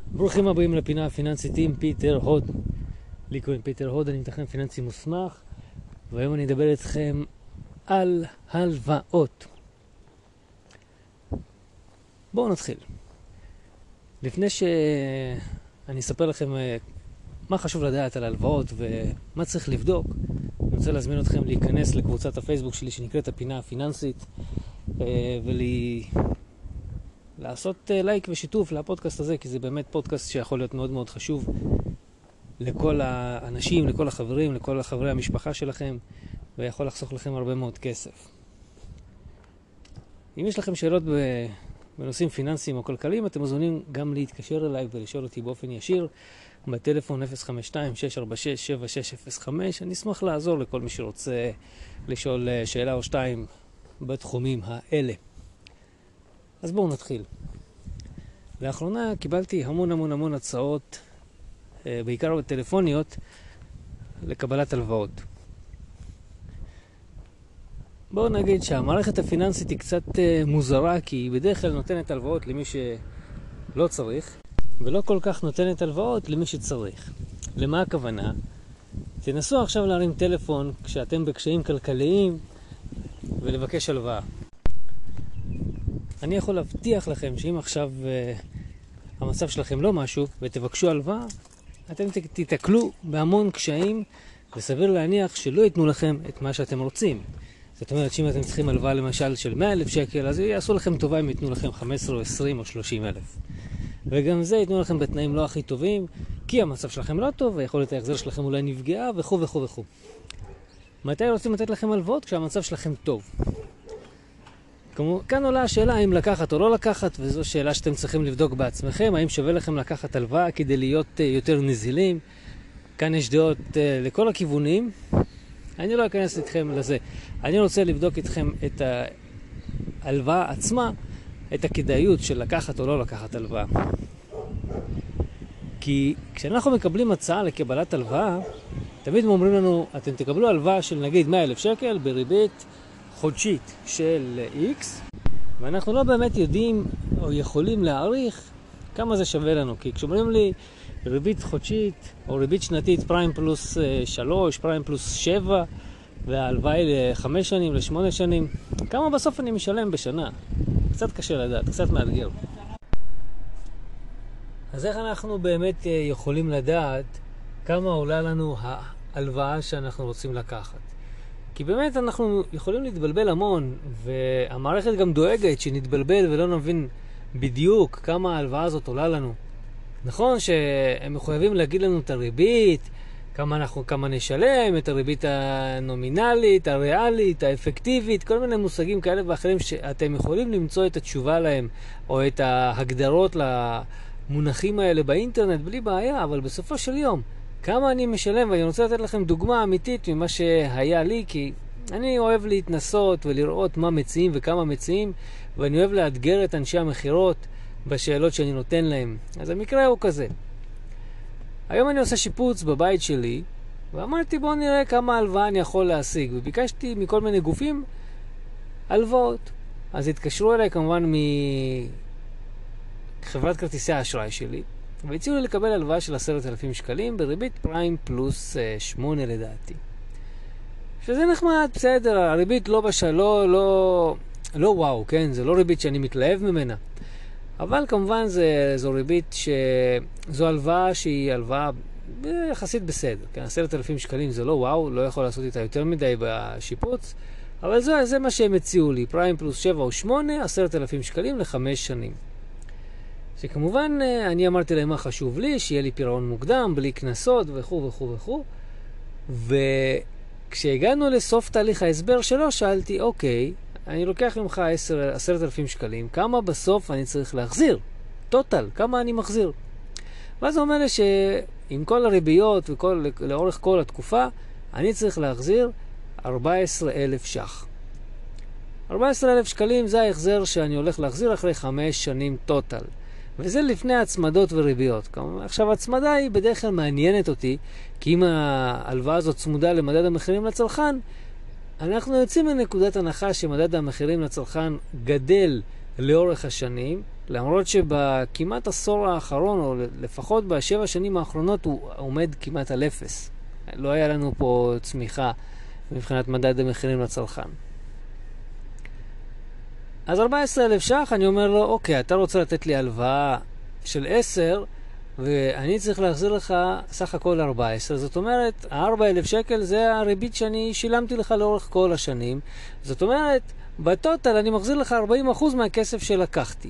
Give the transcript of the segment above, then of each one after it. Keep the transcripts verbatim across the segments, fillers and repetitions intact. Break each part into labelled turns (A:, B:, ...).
A: ברוכים הבאים לפינה הפיננסית עם פיטר הוד. לי קוראים פיטר הוד, אני מתכנן פיננסי מוסמך, והיום אני אדבר איתכם על הלוואות. בואו נתחיל. לפני שאני אספר לכם מה חשוב לדעת על הלוואות ומה צריך לבדוק, אני רוצה להזמין אתכם להיכנס לקבוצת הפייסבוק שלי שנקראת הפינה הפיננסית, ולעשות לייק ושיתוף לפודקאסט הזה, כי זה באמת פודקאסט שיכול להיות מאוד מאוד חשוב לכל האנשים, לכל החברים, לכל חברי המשפחה שלכם, ויכול לחסוך לכם הרבה מאוד כסף. אם יש לכם שאלות בנושאים פיננסיים או כלכליים, אתם מוזמנים גם להתקשר אליי ולשאול אותי באופן ישיר בטלפון אפס חמש שתיים שש ארבע שש שבע שש אפס חמש. אני אשמח לעזור לכל מי שרוצה לשאול שאלה או שתיים בתחומים האלה. אז בואו נתחיל. לאחרונה קיבלתי המון המון המון הצעות, בעיקר בטלפוניות, לקבלת הלוואות. בואו נגיד שהמערכת הפיננסית היא קצת מוזרה, כי היא בדרך כלל נותנת הלוואות למי שלא צריך, ולא כל כך נותנת הלוואות למי שצריך. למה הכוונה? תנסו עכשיו להרים טלפון כשאתם בקשיים כלכליים ולבקש הלוואה. אני יכול להבטיח לכם שאם עכשיו uh, המצב שלכם לא משהו ותבקשו הלוואה, אתם תתקלו בהמון קשיים, וסביר להניח שלא ייתנו לכם את מה שאתם רוצים. זאת אומרת שאם אתם צריכים הלוואה למשל של מאה אלף שקל, אז יעשו לכם טובה אם ייתנו לכם חמש עשרה או עשרים או שלושים אלף. וגם זה ייתנו לכם בתנאים לא הכי טובים, כי המצב שלכם לא טוב, ויכולת ההחזר שלכם אולי נפגעה וכו' וכו' וכו'. מתי רוצים לתת לכם הלוואות? כשהמצב שלכם טוב. כמו, כאן עולה השאלה האם לקחת או לא לקחת, וזו שאלה שאתם צריכים לבדוק בעצמכם, האם שווה לכם לקחת הלוואה כדי להיות uh, יותר נזילים. כאן יש דעות uh, לכל הכיוונים. אני לא אכנס איתכם לזה. אני רוצה לבדוק איתכם את ההלוואה עצמה, את הכדאיות של לקחת או לא לקחת הלוואה. כי כשאנחנו מקבלים הצעה לקבלת הלוואה, תמיד אומרים לנו, אתם תקבלו הלוואה של נגיד מאה אלף שקל בריבית חודשית של X, ואנחנו לא באמת יודעים או יכולים להעריך כמה זה שווה לנו. כי כשאומרים לי ריבית חודשית או ריבית שנתית פריים פלוס שלוש, פריים פלוס שבע, וההלוואה היא לחמש שנים, לשמונה שנים, כמה בסוף אני משלם בשנה? קצת קשה לדעת, קצת מאתגר. אז איך אנחנו באמת יכולים לדעת כמה עולה לנו ההלוואה שאנחנו רוצים לקחת? כי באמת אנחנו יכולים להתבלבל המון, והמערכת גם דואגת שנתבלבל ולא נבין בדיוק כמה ההלוואה הזאת עולה לנו. נכון שהם מחויבים להגיד לנו את הריבית, כמה אנחנו, כמה נשלם, את הריבית הנומינלית, הריאלית, האפקטיבית, כל מיני מושגים כאלה ואחרים שאתם יכולים למצוא את התשובה להם, או את ההגדרות למונחים האלה באינטרנט בלי בעיה, אבל בסופו של יום, כמה אני משלם? ואני רוצה לתת לכם דוגמה אמיתית ממה שהיה לי, כי אני אוהב להתנסות ולראות מה מציעים וכמה מציעים, ואני אוהב לאתגר את אנשי המחירות בשאלות שאני נותן להם. אז המקרה הוא כזה. היום אני עושה שיפוץ בבית שלי, ואמרתי בואו נראה כמה הלוואה אני יכול להשיג, וביקשתי מכל מיני גופים הלוואות. אז התקשרו אליי כמובן מחברת כרטיסי האשראי שלי, והציעו לי לקבל הלוואה של עשרת אלפים שקלים בריבית פריים פלוס שמונה לדעתי. שזה נחמד, בסדר, הריבית לא בשל, לא, לא, לא וואו, כן, זה לא ריבית שאני מתלהב ממנה. אבל כמובן זה, זו ריבית שזו הלוואה שהיא הלוואה יחסית בסדר. כן, עשרת אלפים שקלים זה לא וואו, לא יכול לעשות איתה יותר מדי בשיפוץ, אבל זה, זה מה שהם הציעו לי, פריים פלוס שבע או שמונה, עשרת אלפים שקלים לחמש שנים. שכמובן אני אמרתי להם מה חשוב לי, שיהיה לי פירעון מוקדם, בלי כנסות וכו' וכו' וכו'. וכשהגענו לסוף תהליך ההסבר שלו, שאלתי, אוקיי, אני לוקח ממך עשרת אלפים שקלים, כמה בסוף אני צריך להחזיר? טוטל, כמה אני מחזיר? ואז הוא אומר לי שעם כל הריביות ולאורך כל התקופה, אני צריך להחזיר ארבעה עשר אלף שח. ארבעה עשר אלף שקלים זה ההחזר שאני הולך להחזיר אחרי חמש שנים טוטל. וזה לפני הצמדות וריביות. עכשיו, הצמדה היא בדרך כלל מעניינת אותי, כי אם ההלוואה הזאת צמודה למדד המחירים לצרכן, אנחנו יוצאים מנקודת הנחה שמדד המחירים לצרכן גדל לאורך השנים, למרות שבכמעט עשור האחרון, או לפחות בשבע שנים האחרונות, הוא עומד כמעט על אפס. לא היה לנו פה צמיחה מבחינת מדד המחירים לצרכן. אז ארבעה עשר אלף ש"ח, אני אומר לו, אוקיי, אתה רוצה לתת לי הלוואה של עשר, ואני צריך להחזיר לך סך הכל ארבע עשרה. זאת אומרת, ה-ארבעה אלף שקל זה הריבית שאני שילמתי לך לאורך כל השנים. זאת אומרת, בטוטל אני מחזיר לך ארבעים אחוז מהכסף שלקחתי.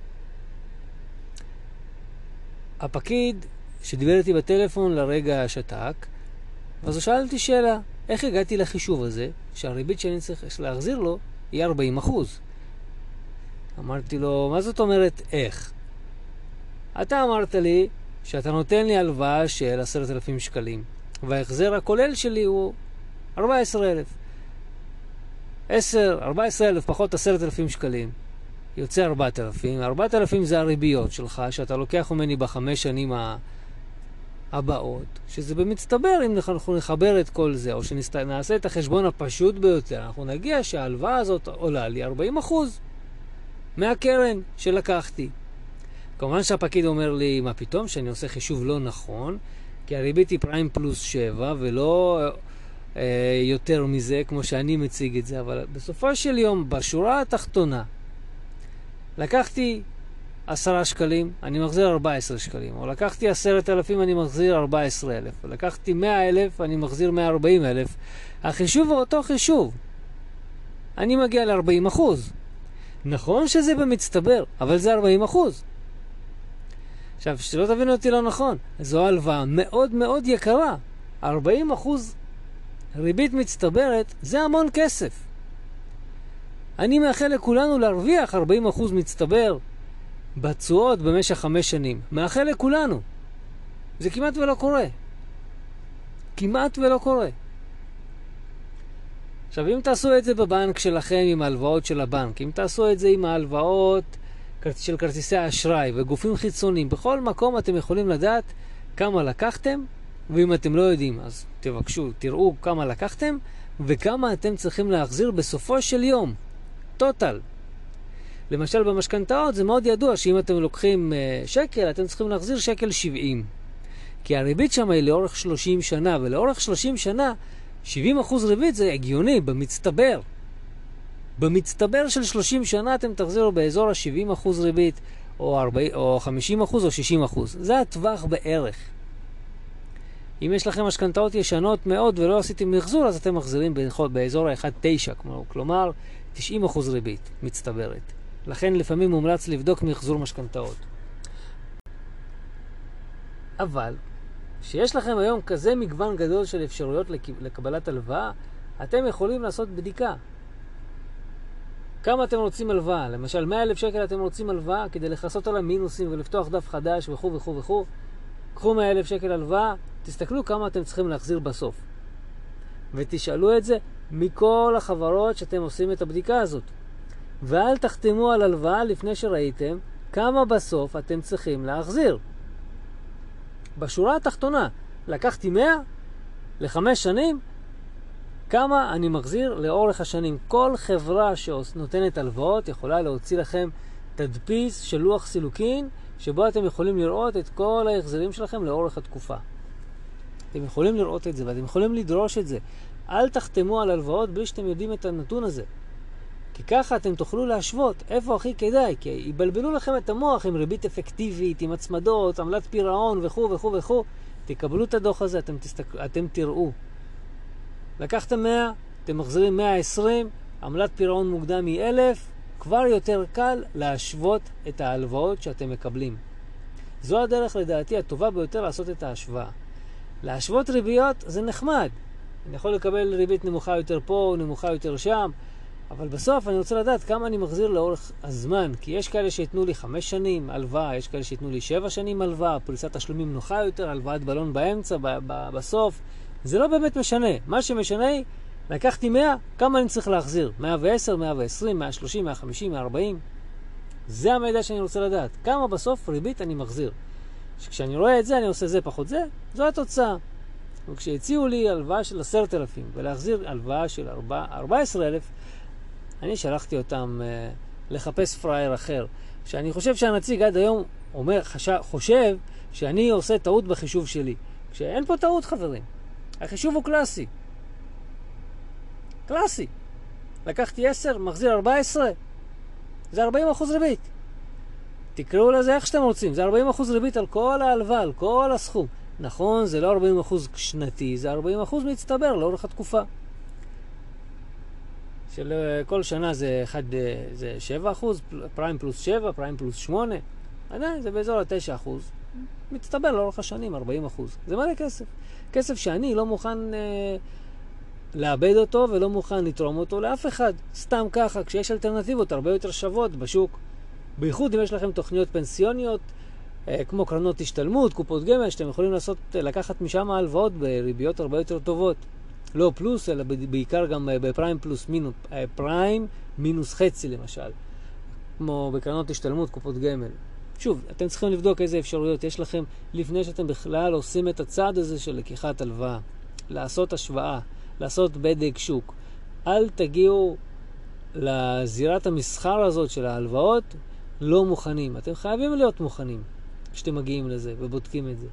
A: הפקיד שדיבר איתי בטלפון לרגע שתק, אז הוא שאל אותי שאלה, איך הגעתי לחישוב הזה, שהריבית שאני צריך להחזיר לו היא ארבעים אחוז? אמרתי לו, מה זאת אומרת איך? אתה אמרת לי שאתה נותן לי הלוואה של עשרת אלפים שקלים, וההחזר הכולל שלי הוא ארבע עשרה אלף. עשר, ארבע עשרה אלף פחות עשרת אלפים שקלים. יוצא ארבעת אלפים. ארבעת אלפים זה הריביות שלך, שאתה לוקח ממני בחמש שנים הבאות, שזה במצטבר אם אנחנו נחבר את כל זה, או שנעשה את החשבון הפשוט ביותר. אנחנו נגיע שההלוואה הזאת עולה לי ארבעים אחוז מהקרן שלקחתי. כמובן שהפקיד אומר לי, מה פתאום שאני עושה חישוב לא נכון, כי הריבית היא פריים פלוס שבע, ולא אה, יותר מזה, כמו שאני מציג את זה. אבל בסופו של יום, בשורה התחתונה, לקחתי עשרה שקלים, אני מחזיר ארבע עשרה שקלים. או לקחתי עשרת אלפים, אני מחזיר ארבע עשרה אלף. או לקחתי מאה אלף, אני מחזיר מאה וארבעים אלף. החישוב הוא אותו חישוב. אני מגיע ל-ארבעים אחוז. נכון שזה במצטבר, אבל זה ארבעים אחוז. עכשיו, שלא תבינו אותי לא נכון, זו הלוואה מאוד מאוד יקרה. ארבעים אחוז ריבית מצטברת, זה המון כסף. אני מאחל לכולנו להרוויח ארבעים אחוז מצטבר בתשואות במשך חמש שנים. מאחל לכולנו. זה כמעט ולא קורה. כמעט ולא קורה. עכשיו, אם תעשו את זה בבנק שלכם עם ההלוואות של הבנק, אם תעשו את זה עם ההלוואות של כרטיסי האשראי וגופים חיצוניים, בכל מקום אתם יכולים לדעת כמה לקחתם, ואם אתם לא יודעים, אז תבקשו, תראו כמה לקחתם, וכמה אתם צריכים להחזיר בסופו של יום. טוטל. למשל במשכנתאות זה מאוד ידוע שאם אתם לוקחים שקל, אתם צריכים להחזיר שקל שבעים. כי הריבית שם היא לאורך שלושים שנה, ולאורך שלושים שנה, שבעים אחוז ריבית זה הגיוני, במצטבר. במצטבר של שלושים שנה אתם תחזירו באזור ה-שבעים אחוז ריבית, או, ארבעים, או חמישים אחוז או שישים אחוז. זה הטווח בערך. אם יש לכם משכנתאות ישנות מאוד ולא עשיתם מחזור, אז אתם מחזירים באזור ה-אחד נקודה תשע, כלומר תשעים אחוז ריבית מצטברת. לכן לפעמים מומלץ לבדוק מחזור משכנתאות. אבל, שיש לכם היום כזה מגוון גדול של אפשרויות לקבלת הלוואה, אתם יכולים לעשות בדיקה. כמה אתם רוצים הלוואה? למשל, מאה אלף שקל אתם רוצים הלוואה כדי לחסות על המינוסים ולפתוח דף חדש וכו' וכו' וכו'. קחו מאה אלף שקל הלוואה, תסתכלו כמה אתם צריכים להחזיר בסוף. ותשאלו את זה מכל החברות שאתם עושים את הבדיקה הזאת. ואל תחתמו על הלוואה לפני שראיתם כמה בסוף אתם צריכים להחזיר. בשורה התחתונה, לקחתי מאה לחמש שנים, כמה אני מחזיר לאורך השנים. כל חברה שנותנת הלוואות יכולה להוציא לכם תדפיס של לוח סילוקין, שבו אתם יכולים לראות את כל ההחזרים שלכם לאורך התקופה. אתם יכולים לראות את זה ואתם יכולים לדרוש את זה. אל תחתמו על הלוואות בלי שאתם יודעים את הנתון הזה. כי ככה אתם תוכלו להשוות איפה הכי כדאי, כי יבלבלו לכם את המוח עם ריבית אפקטיבית, עם הצמדות, עמלת פירעון וכו' וכו' וכו'. תקבלו את הדוח הזה, אתם, תסתכל, אתם תראו. לקחתם מאה, אתם מחזירים מאה ועשרים, עמלת פירעון מוקדם היא אלף, כבר יותר קל להשוות את ההלוואות שאתם מקבלים. זו הדרך לדעתי הטובה ביותר לעשות את ההשוואה. להשוות ריביות זה נחמד. אני יכול לקבל ריבית נמוכה יותר פה, נמוכה יותר שם, אבל בסוף אני רוצה לדעת כמה אני מחזיר לאורך הזמן, כי יש כאלה שיתנו לי חמש שנים הלוואה, יש כאלה שיתנו לי שבע שנים הלוואה, פריסת תשלומים נוחה יותר, הלוואת בלון באמצע, ב- ב- בסוף. זה לא באמת משנה. מה שמשנה היא, לקחתי מאה, כמה אני צריך להחזיר? מאה ועשר, מאה ועשרים, מאה ושלושים, מאה וחמישים, מאה וארבעים. זה המידע שאני רוצה לדעת. כמה בסוף ריבית אני מחזיר. כשאני רואה את זה, אני עושה זה פחות זה, זו התוצאה. וכשהציעו לי הלוואה של עשרת אלפים, ולהחזיר הלוואה של ארבע עשרה אלף, אני שלחתי אותם uh, לחפש פרייר אחר. שאני חושב שהנציג עד היום אומר, חשב, חושב שאני עושה טעות בחישוב שלי. כשאין פה טעות, חברים. החישוב הוא קלאסי. קלאסי. לקחתי עשר, מחזיר ארבע עשרה. זה ארבעים אחוז ריבית. תקראו לזה איך שאתם רוצים. זה ארבעים אחוז ריבית על כל ההלוואה, על כל הסכום. נכון, זה לא ארבעים אחוז שנתי, זה ארבעים אחוז מצטבר לאורך התקופה. של כל שנה זה, אחד, זה שבע אחוז, פריים פלוס שבע, פריים פלוס שמונה. עדיין, זה באזור ה-תשע אחוז. מצטבר לאורך השנים, ארבעים אחוז. זה מלא כסף. כסף שאני לא מוכן אה, לאבד אותו ולא מוכן לתרום אותו לאף אחד. סתם ככה, כשיש אלטרנטיבות הרבה יותר שוות בשוק. בייחוד אם יש לכם תוכניות פנסיוניות, אה, כמו קרנות השתלמות, קופות גמל, שאתם יכולים לעשות, לקחת משם הלוואות בריביות הרבה יותר טובות. לא פלוס, אלא בעיקר גם בפריים פלוס מינוס, פריים מינוס חצי למשל. כמו בקרנות השתלמות, קופות גמל. שוב, אתם צריכים לבדוק איזה אפשרויות יש לכם לפני שאתם בכלל עושים את הצעד הזה של לקיחת הלוואה. לעשות השוואה, לעשות בדק שוק. אל תגיעו לזירת המסחר הזאת של ההלוואות לא מוכנים. אתם חייבים להיות מוכנים כשאתם מגיעים לזה ובודקים את זה.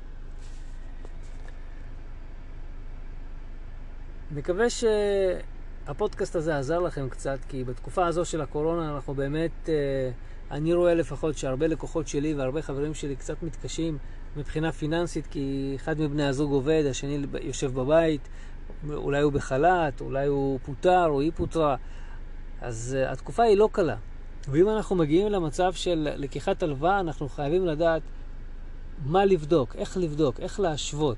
A: מקווה שהפודקאסט הזה עזר לכם קצת, כי בתקופה הזו של הקורונה אנחנו באמת, אני רואה לפחות שהרבה לקוחות שלי והרבה חברים שלי קצת מתקשים מבחינה פיננסית, כי אחד מבני הזוג עובד, השני יושב בבית, אולי הוא בחל"ת, אולי הוא פוטר או היא פוטרה. אז התקופה היא לא קלה. ואם אנחנו מגיעים למצב של לקיחת הלוואה, אנחנו חייבים לדעת מה לבדוק, איך לבדוק, איך להשוות.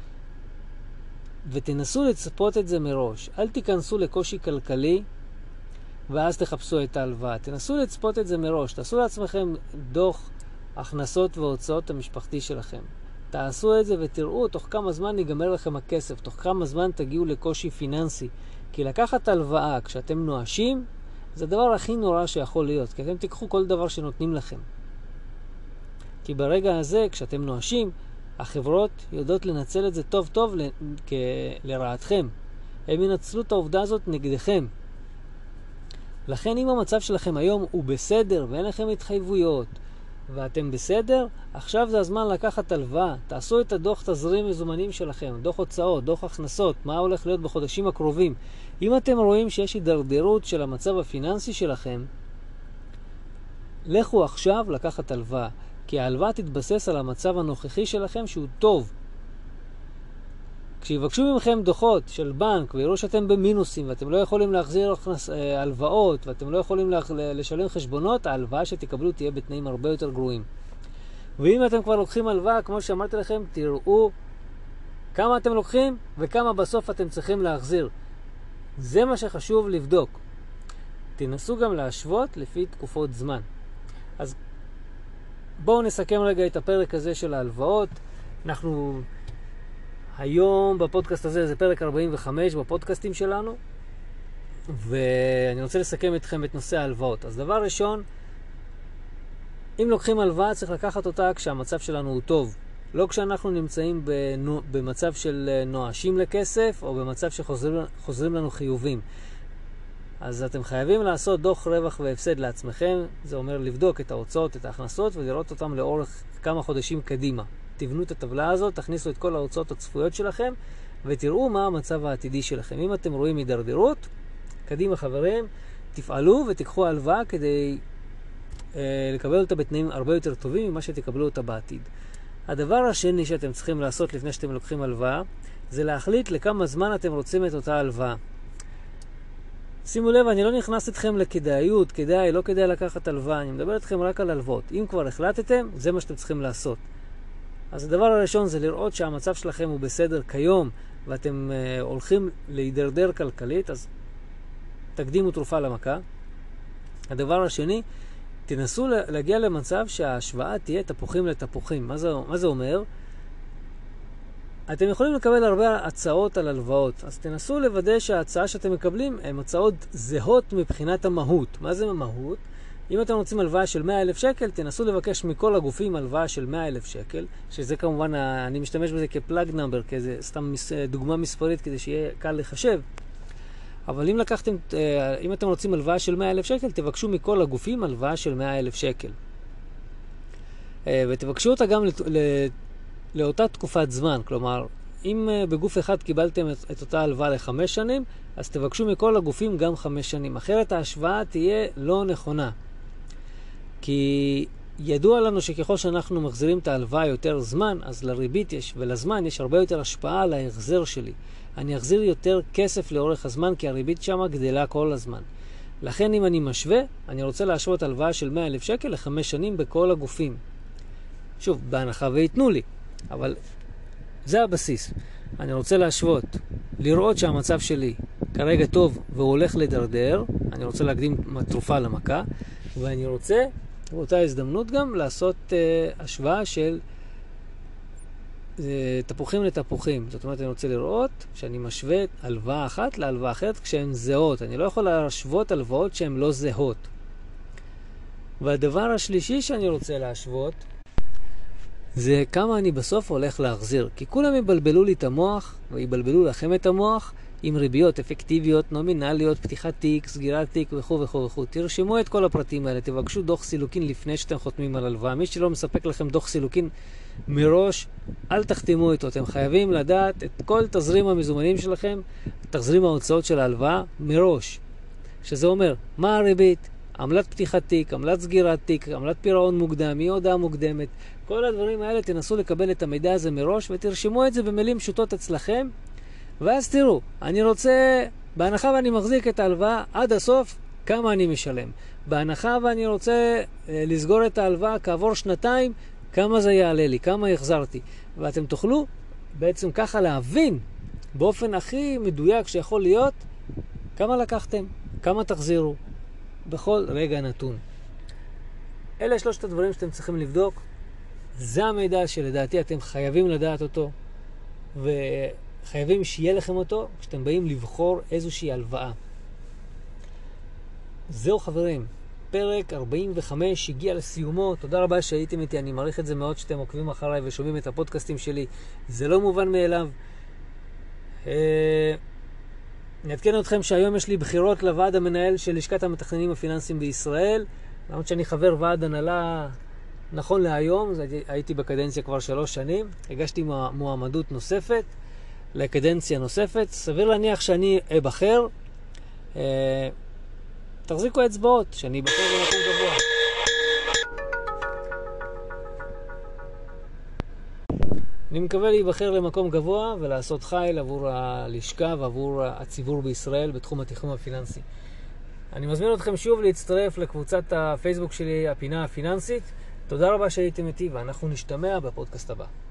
A: ותנסו לצפות את זה מראש. אל תיכנסו לקושי כלכלי ואז תחפשו את ההלוואה. תנסו לצפות את זה מראש. תעשו לעצמכם דוח הכנסות והוצאות המשפחתי שלכם. תעשו את זה ותראו תוך כמה זמן ייגמר לכם הכסף, תוך כמה זמן תגיעו לקושי פיננסי. כי לקחת הלוואה כשאתם נואשים, זה הדבר הכי נורא שיכול להיות, כי אתם תיקחו כל דבר שנותנים לכם. כי ברגע הזה, כשאתם נואשים, החברות יודעות לנצל את זה טוב טוב ל... כ... לרעתכם. הם ינצלו את העובדה הזאת נגדכם. לכן אם המצב שלכם היום הוא בסדר ואין לכם התחייבויות ואתם בסדר, עכשיו זה הזמן לקחת הלוואה. תעשו את הדוח תזרים מזומנים שלכם, דוח הוצאות, דוח הכנסות, מה הולך להיות בחודשים הקרובים. אם אתם רואים שיש הידרדרות של המצב הפיננסי שלכם, לכו עכשיו לקחת הלוואה. כי ההלוואה תתבסס על המצב הנוכחי שלכם שהוא טוב. כשיבקשו ממכם דוחות של בנק ויראו שאתם במינוסים ואתם לא יכולים להחזיר הלוואות ואתם לא יכולים לשלם חשבונות, ההלוואה שתקבלו תהיה בתנאים הרבה יותר גרועים. ואם אתם כבר לוקחים הלוואה, כמו שאמרתי לכם, תראו כמה אתם לוקחים וכמה בסוף אתם צריכים להחזיר. זה מה שחשוב לבדוק. תנסו גם להשוות לפי תקופות זמן. אז בואו נסכם רגע את הפרק הזה של ההלוואות. אנחנו היום בפודקאסט הזה, זה פרק ארבעים וחמש בפודקאסטים שלנו, ואני רוצה לסכם אתכם את נושא ההלוואות. אז דבר ראשון, אם לוקחים הלוואה צריך לקחת אותה כשהמצב שלנו הוא טוב. לא כשאנחנו נמצאים בנו, במצב של נואשים לכסף או במצב שחוזרים לנו חיובים. אז אתם חייבים לעשות דוח רווח והפסד לעצמכם. זה אומר לבדוק את ההוצאות, את ההכנסות ולראות אותם לאורך כמה חודשים קדימה. תבנו את הטבלה הזאת, תכניסו את כל ההוצאות הצפויות שלכם ותראו מה המצב העתידי שלכם. אם אתם רואים הידרדרות, קדימה חברים, תפעלו ותיקחו הלוואה כדי אה, לקבל אותה בתנאים הרבה יותר טובים ממה שתקבלו אותה בעתיד. הדבר השני שאתם צריכים לעשות לפני שאתם לוקחים הלוואה, זה להחליט לכמה זמן אתם רוצים את אותה הלוואה. שימו לב, אני לא נכנס אתכם לכדאיות, כדאי, לא כדאי לקחת הלוואה, אני מדבר אתכם רק על הלוואות. אם כבר החלטתם, זה מה שאתם צריכים לעשות. אז הדבר הראשון זה לראות שהמצב שלכם הוא בסדר כיום, ואתם uh, הולכים להידרדר כלכלית, אז תקדימו תרופה למכה. הדבר השני, תנסו להגיע למצב שההשוואה תהיה תפוחים לתפוחים. מה זה, מה זה אומר? אתם יכולים לקבל הרבה הצעות על הלוואות, אז תנסו לוודא שההצעה שאתם מקבלים הן הצעות זהות מבחינת המהות. מה זה המהות? אם אתם רוצים הלוואה של מאה אלף שקל, תנסו לבקש מכל הגופים הלוואה של מאה אלף שקל, שזה כמובן, אני משתמש בזה כפלאג נאמבר, כזה סתם דוגמה מספרית כדי שיהיה קל לחשב. אבל אם לקחתם, אם אתם רוצים הלוואה של מאה אלף שקל, תבקשו מכל הגופים הלוואה של מאה אלף שקל. ותבקשו אותה גם לת... לאותה תקופת זמן. כלומר, אם בגוף אחד קיבלתם את, את אותה הלוואה לחמש שנים, אז תבקשו מכל הגופים גם חמש שנים. אחרת ההשוואה תהיה לא נכונה. כי ידוע לנו שככל שאנחנו מחזירים את ההלוואה יותר זמן, אז לריבית יש, ולזמן יש הרבה יותר השפעה על ההחזר שלי. אני אחזיר יותר כסף לאורך הזמן, כי הריבית שמה גדלה כל הזמן. לכן אם אני משווה, אני רוצה להשוות הלוואה של מאה אלף שקל לחמש שנים בכל הגופים. שוב, בהנחה ויתנו לי, אבל זה הבסיס. אני רוצה להשוות, לראות שהמצב שלי כרגע טוב והוא הולך לדרדר, אני רוצה להקדים תרופה למכה, ואני רוצה באותה הזדמנות גם לעשות uh, השוואה של uh, תפוחים לתפוחים. זאת אומרת, אני רוצה לראות שאני משווה הלוואה אחת להלוואה אחרת כשהן זהות. אני לא יכול להשוות הלוואות שהן לא זהות. והדבר השלישי שאני רוצה להשוות זה כמה אני בסוף הולך להחזיר. כי כולם יבלבלו לי את המוח ויבלבלו לכם את המוח עם ריביות אפקטיביות, נומינליות, פתיחת תיק, סגירת תיק וכו' וכו' וכו'. תרשמו את כל הפרטים האלה, תבקשו דוח סילוקין לפני שאתם חותמים על הלוואה. מי שלא מספק לכם דוח סילוקין מראש, אל תחתמו איתו. אתם חייבים לדעת את כל תזרים המזומנים שלכם, תזרים ההוצאות של ההלוואה מראש. שזה אומר, מה הריבית, עמלת פתיחת תיק, עמלת סגירת תיק, עמלת פירעון מוקדם, מי הודעה מוקדמת. כל הדברים האלה תנסו לקבל את המידע הזה מראש ותרשמו את זה במילים פשוטות אצלכם. ואז תראו, אני רוצה, בהנחה ואני מחזיק את ההלוואה עד הסוף, כמה אני משלם. בהנחה ואני רוצה לסגור את ההלוואה כעבור שנתיים, כמה זה יעלה לי, כמה החזרתי. ואתם תוכלו בעצם ככה להבין באופן הכי מדויק שיכול להיות, כמה לקחתם, כמה תחזירו, בכל רגע נתון. אלה שלושת הדברים שאתם צריכים לבדוק. זה המידע שלדעתי אתם חייבים לדעת אותו, וחייבים שיהיה לכם אותו כשאתם באים לבחור איזושהי הלוואה. זהו חברים, פרק ארבעים וחמש הגיע לסיומו. תודה רבה שהייתם איתי, אני מעריך את זה מאוד שאתם עוקבים אחריי ושומעים את הפודקאסטים שלי. זה לא מובן מאליו. נעדכן אתכם שהיום יש לי בחירות לוועד המנהל של לשכת המתכננים הפיננסיים בישראל. למרות שאני חבר ועד הנהלה נכון להיום, הייתי בקדנציה כבר שלוש שנים, הגשתי מועמדות נוספת לקדנציה נוספת, סביר להניח שאני אבחר. אה, תחזיקו אצבעות שאני אבחר במקום גבוה. אני מקווה להיבחר למקום גבוה ולעשות חיל עבור הלשכה ועבור הציבור בישראל בתחום התכנון הפיננסי. אני מזמין אתכם שוב להצטרף לקבוצת הפייסבוק שלי, הפינה הפיננסית. תודה רבה שהייתם איתי, ואנחנו נשתמע בפודקאסט הבא.